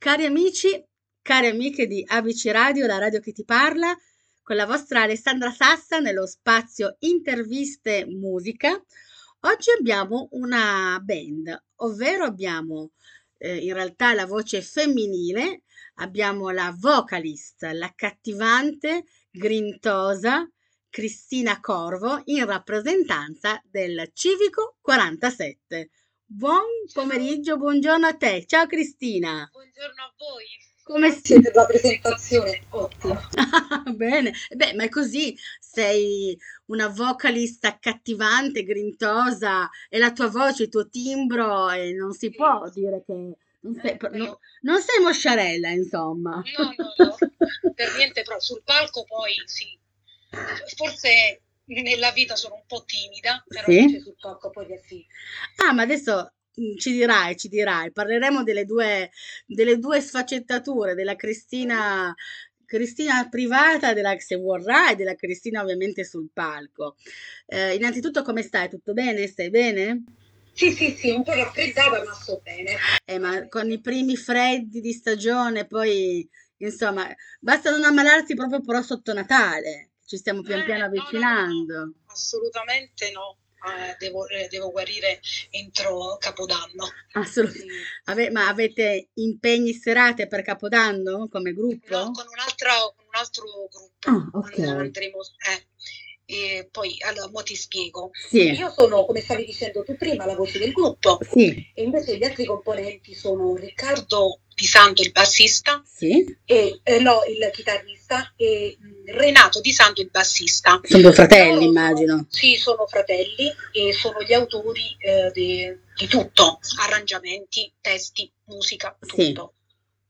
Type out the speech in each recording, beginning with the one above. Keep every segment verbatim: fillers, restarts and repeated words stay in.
Cari amici, cari amiche di A B C Radio, la radio che ti parla, con la vostra Alessandra Sassa nello spazio Interviste Musica. Oggi abbiamo una band, ovvero abbiamo eh, in realtà la voce femminile, abbiamo la vocalist, l'accattivante, grintosa Cristina Corvo in rappresentanza del Civico quarantasette. Buon Ciao, pomeriggio, buongiorno a te. Ciao Cristina. buongiorno a voi. Come Grazie stai? per la presentazione, ottima. Bene, beh, ma è così, sei una vocalista accattivante, grintosa, e la tua voce, il tuo timbro, e non si Sì, può dire che non sei, eh, no- quello... non sei mosciarella, insomma. No, no, no, per niente, però sul palco poi sì. Forse nella vita sono un po' timida, però invece Sì? sul palco poi che sì. Ah, ma adesso mm, ci dirai, ci dirai, parleremo delle due, delle due sfaccettature, della Cristina, Cristina privata, della, se vorrai, e della Cristina ovviamente sul palco. Eh, innanzitutto come stai? Tutto bene? Stai bene? Sì, sì, sì, un po' raffreddata, ma sto bene. Eh, ma con i primi freddi di stagione, poi, insomma, basta non ammalarsi proprio però sotto Natale, ci stiamo pian piano Eh, no, no, no, no, avvicinando. assolutamente no. Eh, devo, eh, devo guarire entro Capodanno. Assolut- Sì. Ave- ma avete impegni serate per Capodanno come No, gruppo? con un altro, con un altro gruppo Ah, ok. and- andremo. Eh. E poi, allora, mo ti spiego. Sì, Io sono, come stavi dicendo tu prima, la voce del gruppo sì, e invece gli altri componenti sono Riccardo Di Santo, il bassista, sì. e eh, no, il chitarrista, e mh, Renato Di Santo, il bassista. Sono due fratelli, Loro sono, immagino. sì, sono fratelli e sono gli autori eh, di, di tutto, arrangiamenti, testi, musica, Sì, tutto.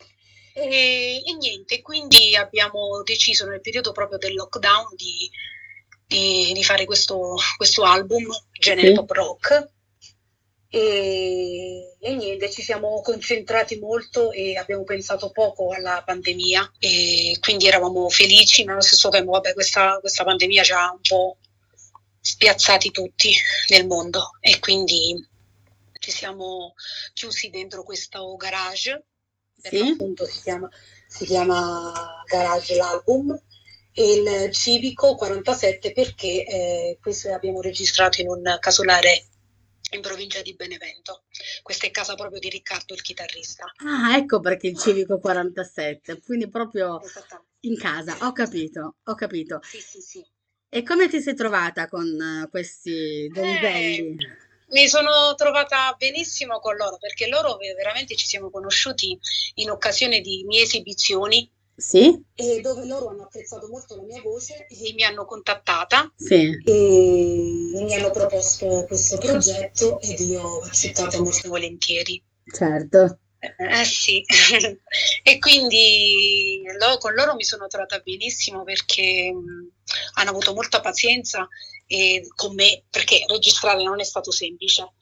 E, e niente, quindi abbiamo deciso nel periodo proprio del lockdown di, di- di fare questo, questo album, genere sì. pop rock. E, e niente, ci siamo concentrati molto e abbiamo pensato poco alla pandemia e quindi eravamo felici, ma allo stesso tempo, vabbè, questa, questa pandemia ci ha un po' spiazzati tutti nel mondo e quindi ci siamo chiusi dentro questo garage, per Sì? l'appunto si chiama, si chiama Garage l'album, e il Civico quarantasette perché eh, questo l'abbiamo registrato in un casolare in provincia di Benevento. Questa è casa proprio di Riccardo, il chitarrista. Ah, ecco perché il Civico quarantasette, quindi proprio Esattamente. in casa, ho capito, ho capito. Sì, sì, sì. E come ti sei trovata con eh, questi Eh, donzelli? mi sono trovata benissimo con loro perché loro ve- veramente ci siamo conosciuti in occasione di mie esibizioni Sì? e dove loro hanno apprezzato molto la mia voce e mi hanno contattata Sì, e mi hanno proposto questo progetto ed io ho accettato molto volentieri. certo. Eh sì, e quindi lo- con loro mi sono trovata benissimo perché mh, hanno avuto molta pazienza e- con me perché registrare non è stato semplice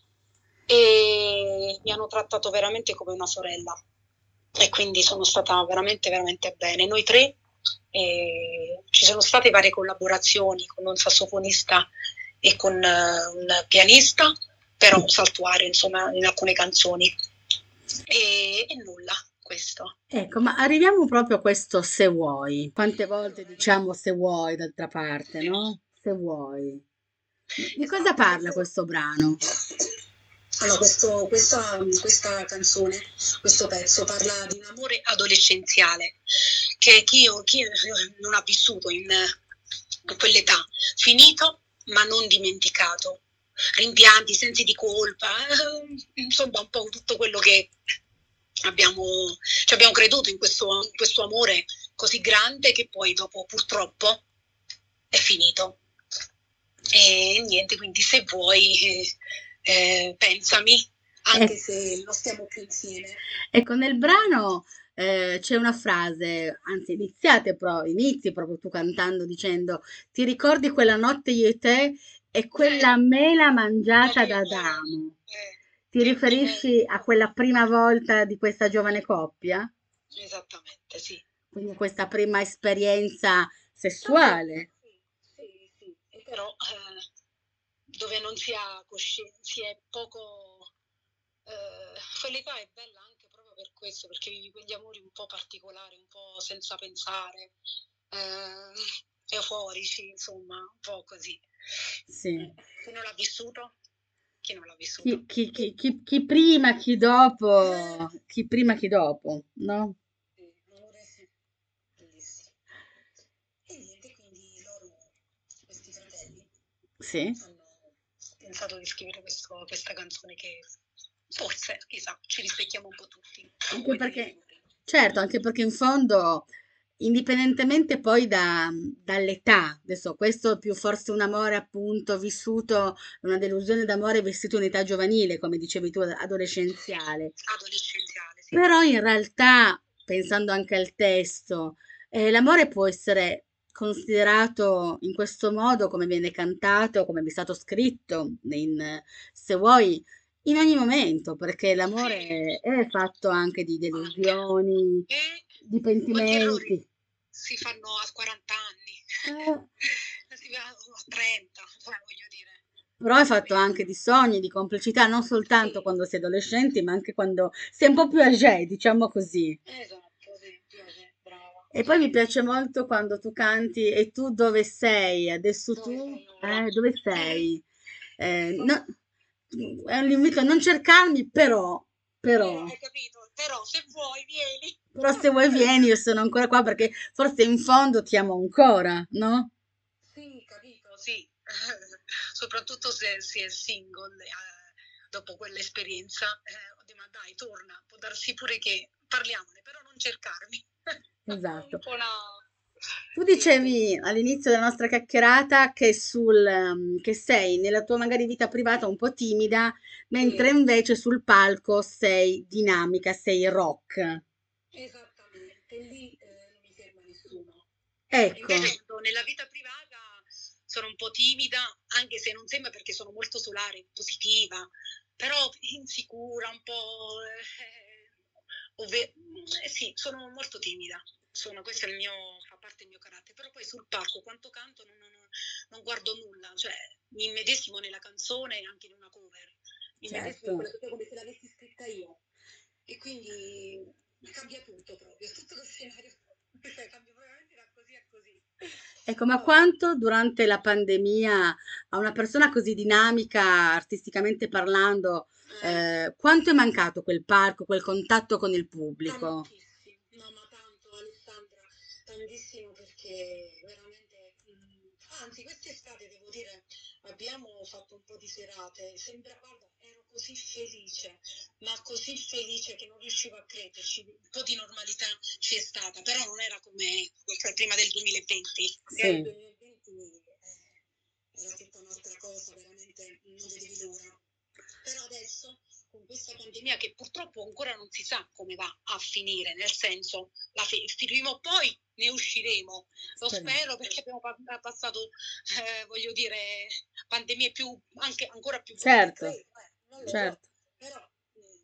e mi hanno trattato veramente come una sorella e quindi sono stata veramente veramente bene. Noi tre eh, ci sono state varie collaborazioni con un sassofonista e con eh, un pianista, però saltuario insomma in alcune canzoni e, e nulla questo. Ecco, ma arriviamo proprio a questo se vuoi. Quante volte diciamo se vuoi, d'altra parte, Sì, no? Se vuoi. Di cosa esatto, parla questo, questo brano? allora, questo- questa, questa canzone, questo pezzo parla di un amore adolescenziale che chi, chi non ha vissuto in, in quell'età, finito ma non dimenticato, rimpianti, sensi di colpa, eh, insomma un po' tutto quello che abbiamo, ci abbiamo creduto in questo, in questo amore così grande che poi dopo purtroppo è finito. E niente, quindi se vuoi eh, eh, pensami, Eh, anche se non stiamo più insieme. ecco, nel brano eh, c'è una frase, anzi iniziate pro- inizi proprio tu cantando dicendo ti ricordi quella notte io e te e Eh, quella mela mangiata proprio, da eh, Adamo. eh, Ti che, che- riferisci a quella prima volta di questa giovane coppia? esattamente, sì. Quindi questa prima esperienza Proprio, sessuale? sì, sì, sì. E però eh, dove non si ha coscienza, si è poco... Eh, quell'età è bella anche proprio per questo, perché vivi quegli amori un po' particolari, un po' senza pensare, eh, euforici, insomma, un po' così. Sì. Chi non l'ha vissuto? Chi non l'ha vissuto? Chi, chi- chi- chi- chi prima, chi dopo, chi prima, chi dopo, no? Sì, amore sì, bellissimo. E niente, quindi loro, questi fratelli, Sì. hanno pensato di scrivere questo- questa canzone che forse, chissà, ci rispecchiamo un po' tutti, Anche come dicevi perché, tu prima. certo, anche perché in fondo, indipendentemente poi da- dall'età, adesso questo è più forse un amore appunto vissuto, una delusione d'amore vissuto in età giovanile, come dicevi tu, adolescenziale. Adolescenziale, sì. Però in realtà, pensando anche al testo, eh, l'amore può essere considerato in questo modo come viene cantato, come è stato scritto, in- se vuoi, in ogni momento, perché Sì, l'amore è fatto anche di anche. delusioni, E di quanti errori pentimenti. si fanno a quaranta anni? Eh, Si fa a trenta, cioè, voglio dire. Però è fatto Veramente. anche di sogni, di complicità, non soltanto Sì, quando si è adolescenti, ma anche quando si è un po' più âgé, diciamo così. esatto, sì, piace, brava. E poi mi piace molto quando tu canti e tu dove sei? Adesso Dove tu, sei ora? eh, dove Eh, sei? Eh, ecco. no- è un invito a non cercarmi, però, Però, però, hai capito? Però se vuoi, vieni. però se vuoi vieni, io sono ancora qua perché forse in fondo ti amo ancora, no? Sì, capito, sì. Soprattutto se si è single, eh, dopo quell'esperienza, eh, oddio, ma dai, torna, può darsi pure che parliamone, però non cercarmi. Un Esatto. po' no. Tu Sì, sì. dicevi all'inizio della nostra chiacchierata che, sul, ehm, che sei nella tua magari vita privata un po' timida, mentre Sì, invece sul palco sei dinamica, sei rock. esattamente, lì eh, non mi ferma nessuno. Ecco, Invece no, nella vita privata sono un po' timida, anche se non sembra perché sono molto solare, positiva, però insicura, un po'... eh, ovve- eh, sì, sono molto timida. Sono, questo è il mio, fa parte del mio carattere, però poi sul palco quanto canto non, non- non guardo nulla, cioè mi immedesimo nella canzone e anche in una cover, mi immedesimo in certo. quella canzone come se l'avessi scritta io e quindi cambia tutto proprio, tutto lo scenario, cioè cambia veramente da così a così. Ecco, ma Vabbè. quanto durante la pandemia a una persona così dinamica, artisticamente parlando, Eh, eh, quanto è mancato quel palco, quel contatto con il pubblico? tantissimo, no ma tanto Alessandra, tantissimo perché veramente, mh, anzi quest'estate devo dire abbiamo fatto un po' di serate, sembra, guarda, ero così felice, ma così felice che non riuscivo a crederci, un po' di normalità c'è stata, però non era come cioè, prima del duemilaventi, prima del Sì, duemilaventi eh, era tutta un'altra cosa, veramente non vedevi l'ora. Però adesso con questa pandemia che purtroppo ancora non si sa come va a finire, nel senso, la fe- prima o poi ne usciremo, lo speriamo. spero perché abbiamo pa- passato, eh, voglio dire, pandemie più, anche ancora più brutte, Certo, credo, eh, non lo so, certo. però mh,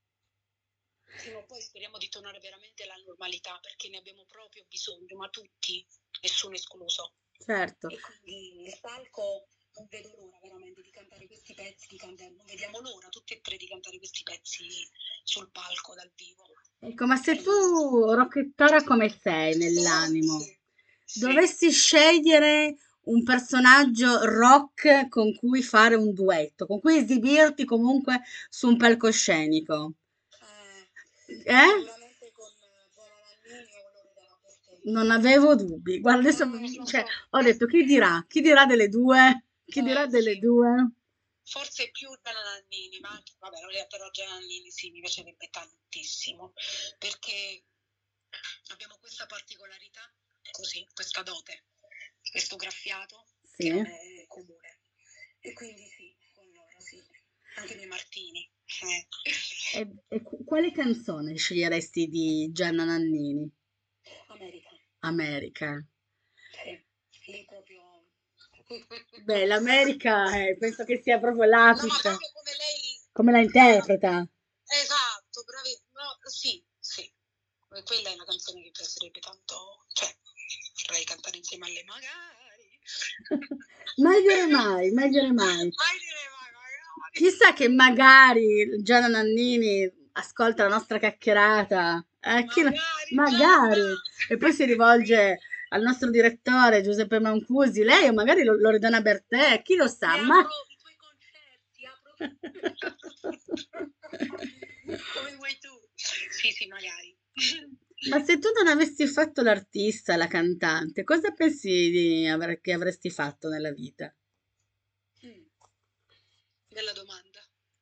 prima o poi speriamo di tornare veramente alla normalità perché ne abbiamo proprio bisogno, ma tutti, nessuno escluso. Certo. E quindi il palco non vedo l'ora veramente di cantare questi pezzi, di cantare, non vediamo l'ora tutti e tre di cantare questi pezzi sul palco dal vivo. Ecco, ma se tu, E... rockettara come sei nell'animo, Sì, sì. dovessi scegliere un personaggio rock con cui fare un duetto, con cui esibirti comunque su un palcoscenico, Eh, eh? sicuramente con Gianna Nannini o Loredana Bertè. Non avevo dubbi. Guarda, adesso Eh, lo cioè, so. ho detto chi dirà? Chi dirà delle due? Chi dirà Eh, delle sì. due? Forse più Gianna Nannini, ma anche, vabbè, Loredana- però Gianna Nannini sì, mi piacerebbe tantissimo, perché abbiamo questa particolarità, così, questa dote, questo graffiato che non Sì. è comune. E quindi sì, con loro sì, anche nei Martini. Eh. E, e qu- quale canzone sceglieresti di Gianna Nannini? America, America. sì, lì proprio... Beh, l'America eh, penso che sia proprio No, ma l'apice. proprio come lei Come la canta. interpreta? Esatto, bravi. No, sì, sì. E quella è una canzone che piacerebbe tanto, cioè, vorrei cantare insieme a lei, magari. Mai dire mai, mai dire mai. Mai dire mai, magari. Chissà che magari Gianna Nannini ascolta la nostra chiacchierata, eh, chi lo- Magari, magari, Gianna! e poi si rivolge al nostro direttore Giuseppe Mancusi, lei o magari Lo- Loredana Bertè, chi lo sa, E ma... apro i tuoi concerti, apro, apro tutto. Come vuoi tu. Sì, sì, magari. Ma se tu non avessi fatto l'artista, la cantante, cosa pensi di aver- che avresti fatto nella vita? Mm, bella domanda.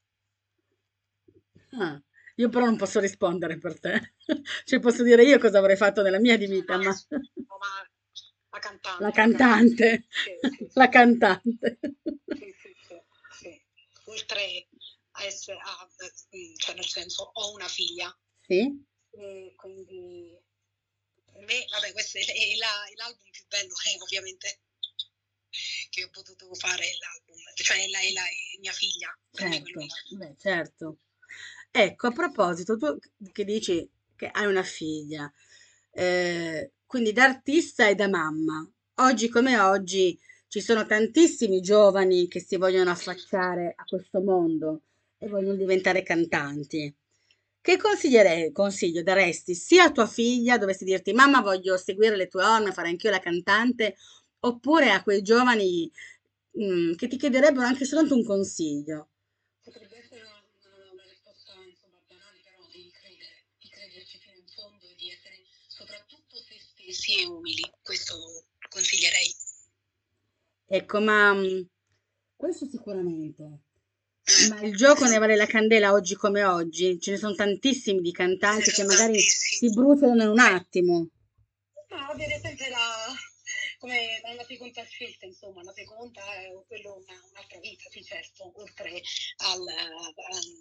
Ah, io però non posso rispondere per te, cioè posso dire io cosa avrei fatto nella mia di No, vita, ma, ma no, ma la la cantante, la cantante. cantante, Sì, sì, la sì, sì. cantante. Sì, sì, sì, sì. Oltre a essere, a- mm, cioè nel senso, ho una figlia Sì? e quindi per me, vabbè, questo è, è la- è l'album più bello che ovviamente che ho potuto fare, è l'album, cioè la, è la, è mia figlia, per me quello è. Certo, beh, certo. Ecco, a proposito, tu che dici che hai una figlia, eh, quindi da artista e da mamma, oggi come oggi ci sono tantissimi giovani che si vogliono affacciare a questo mondo e vogliono diventare cantanti. Che consigliere- consiglio daresti sia a tua figlia, dovessi dirti mamma voglio seguire le tue orme, fare anch'io la cantante, oppure a quei giovani mm, che ti chiederebbero anche soltanto un consiglio? Potrebbe essere una, una- una risposta insomma banale, però devi credere, di crederci fino in fondo e di essere soprattutto se stessi e umili. Questo consiglierei. Ecco, ma mm, questo sicuramente. Ma il Eh, gioco ne sì. vale la candela oggi come oggi. Ce ne sono tantissimi di Ce ne cantanti che sono magari tantissimi. si bruciano in un attimo. No, avere sempre la, come una seconda scelta, insomma, una seconda è quello una, un'altra vita, sì, certo, oltre al, al-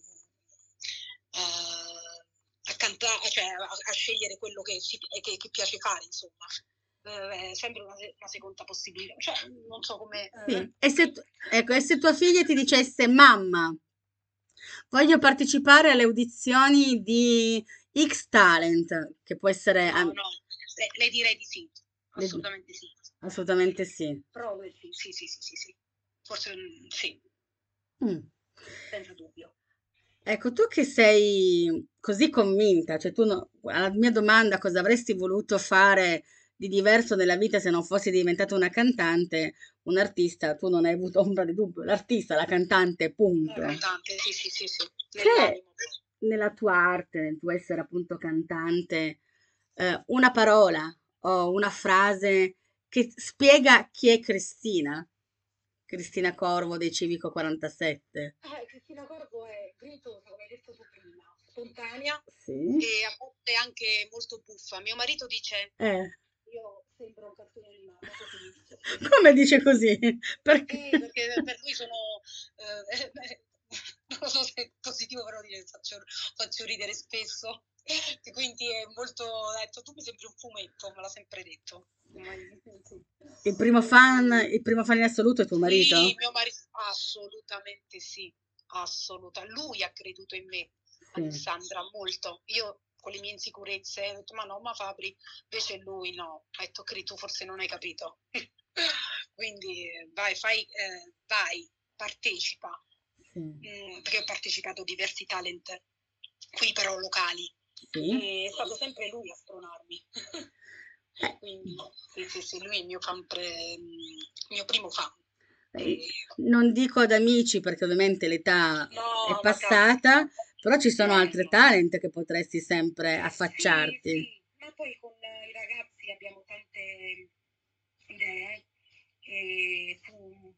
a, a cantare, cioè a, a scegliere quello che, ci, che, che piace fare, insomma. Eh, è sempre una, una seconda possibilità, cioè non so come... Sì. Eh, E se, tu- ecco, e se tua figlia ti dicesse, mamma, voglio partecipare alle audizioni di X Talent, che può essere... no, ah, no, le, le direi di sì, le di- assolutamente sì. assolutamente sì. Proprio sì, sì, sì, sì, sì, sì. Forse mm, sì, Mm. senza dubbio. Ecco, tu che sei così convinta, cioè tu no- alla mia domanda cosa avresti voluto fare di diverso nella vita se non fossi diventata una cantante, un artista, tu non hai avuto ombra di dubbio, l'artista, la cantante, La punto. cantante, sì, sì, sì, sì, C'è nell'animo. nella tua arte, nel tuo essere appunto cantante, eh, una parola o una frase che spiega chi è Cristina? Cristina Corvo dei Civico quarantasette. Eh, Cristina Corvo è grintosa, come hai detto tu prima, spontanea Sì. e a volte anche molto buffa. Mio marito dice, Eh. io sembro un cartone animato, così mi dice spesso. Come dice così? Perché? Sì, perché per lui sono, eh, non lo so se è positivo, però dire, faccio, faccio ridere spesso. E quindi è molto, ha detto, tu mi sembri un fumetto, me l'ha sempre detto. Ma- sì. Il primo fan, Quindi il primo fan in assoluto è tuo sì, marito? mio marito, assolutamente sì, assolutamente. Lui ha creduto in me, Sì. Alessandra, molto. Io con le mie insicurezze ho detto, ma no, ma Fabri, invece lui no. Ha detto, Cri, tu forse non hai capito. Quindi eh, vai, fai, eh, vai, partecipa. Sì. Mm, perché ho partecipato a diversi talent, qui però locali. Sì. E è stato sempre lui a spronarmi. Eh, Quindi sì, sì, sì, lui è il mio, fan pre- il mio primo fan. eh, E non dico ad amici perché ovviamente l'età è no, ma passata, caspita. però ci sono Eh, altri no. talent che potresti sempre Sì, affacciarti. sì, ma poi con eh, i ragazzi abbiamo tante idee e su-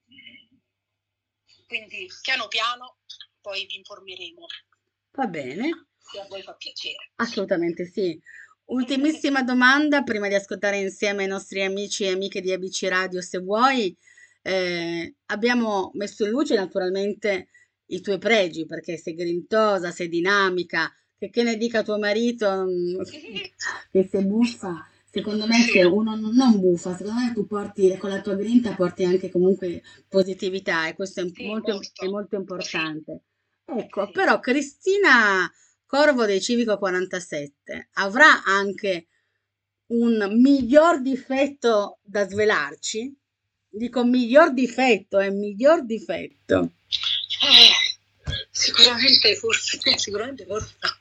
quindi piano piano poi vi informeremo Va bene, se a voi fa piacere. assolutamente sì. Ultimissima domanda prima di ascoltare insieme i nostri amici e amiche di A B C Radio, se vuoi. Eh, abbiamo messo in luce naturalmente i tuoi pregi perché sei grintosa, sei dinamica, che, che ne dica tuo marito mm, che sei buffa. Secondo me Sì, se uno non non buffa, secondo me tu porti con la tua grinta porti anche comunque positività e questo è sì, molto, è molto. molto Sì, importante. Ecco, sì. però Cristina Corvo dei Civico quarantasette avrà anche un miglior difetto da svelarci? Dico miglior difetto, è miglior difetto. Eh, sicuramente forse, sicuramente forse no.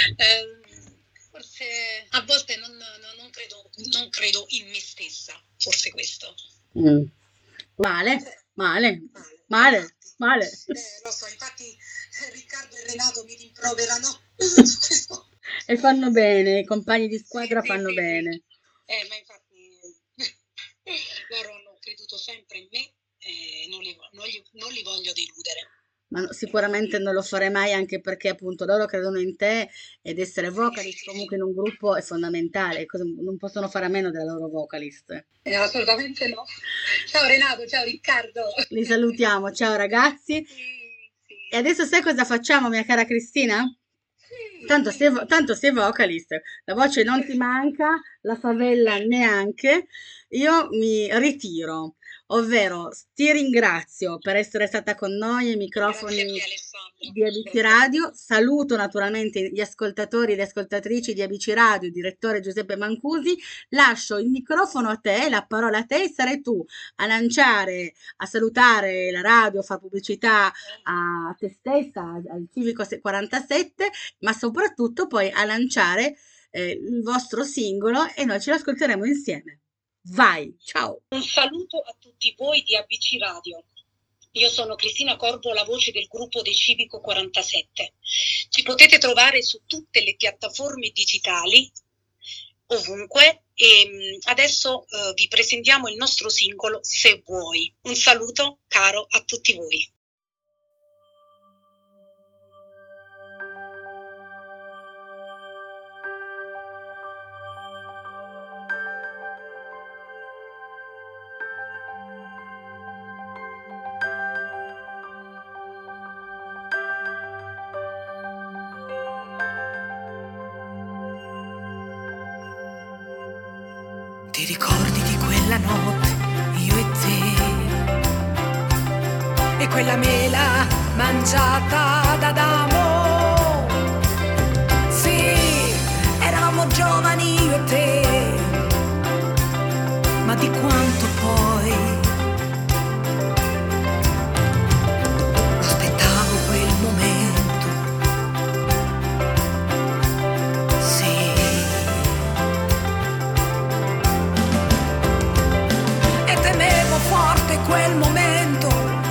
Eh, forse a volte non, non- non credo, non credo in me stessa, forse questo. Mm. Male, male, male, Infatti, male. eh, lo so, infatti eh, Riccardo e Renato mi rimproverano su questo. E fanno bene, i compagni di Sì, squadra sì, fanno sì, sì. bene. Eh, ma infatti loro hanno creduto sempre in me e non li, vo- non li- non li voglio deludere. Ma no- E sicuramente quindi non lo farei mai anche perché appunto loro credono in te ed essere sì, sì, vocalist sì, comunque sì. in un gruppo è fondamentale, cosa- non possono fare a meno della loro vocalist. Eh, assolutamente no. Ciao Renato, ciao Riccardo. Li salutiamo, ciao ragazzi. Sì, E sì. adesso sai cosa facciamo, mia cara Cristina? Sì, Tanto sei, vo- dimmi. tanto sei vocalist, la voce non ti manca, la favella neanche. Io mi ritiro, ovvero ti ringrazio per essere stata con noi ai Grazie a microfoni te Alessandra. di A B C Grazie a te. Radio. Saluto naturalmente gli ascoltatori e le ascoltatrici di A B C Radio, il direttore Giuseppe Mancusi. Lascio il microfono a te, la parola a te, e sarai tu a lanciare, a salutare la radio, a fare pubblicità a te stessa, al Civico quarantasette, ma soprattutto poi a lanciare eh, il vostro singolo e noi ce lo ascolteremo insieme. Vai, ciao! Un saluto a tutti voi di A B C Radio. Io sono Cristina Corbo, la voce del gruppo dei Civico quarantasette. Ci potete trovare su tutte le piattaforme digitali, ovunque, e mh, adesso eh, vi presentiamo il nostro singolo Se vuoi. Un saluto caro a tutti voi. Ti ricordi di quella notte, io e te, e quella mela mangiata da Adamo? Sì, eravamo giovani io e te, ma di quanto poi aspettavo quel momento. Sì. E temevo forte quel momento,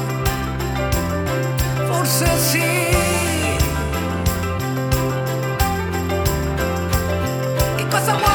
forse sì. Che cosa vuoi?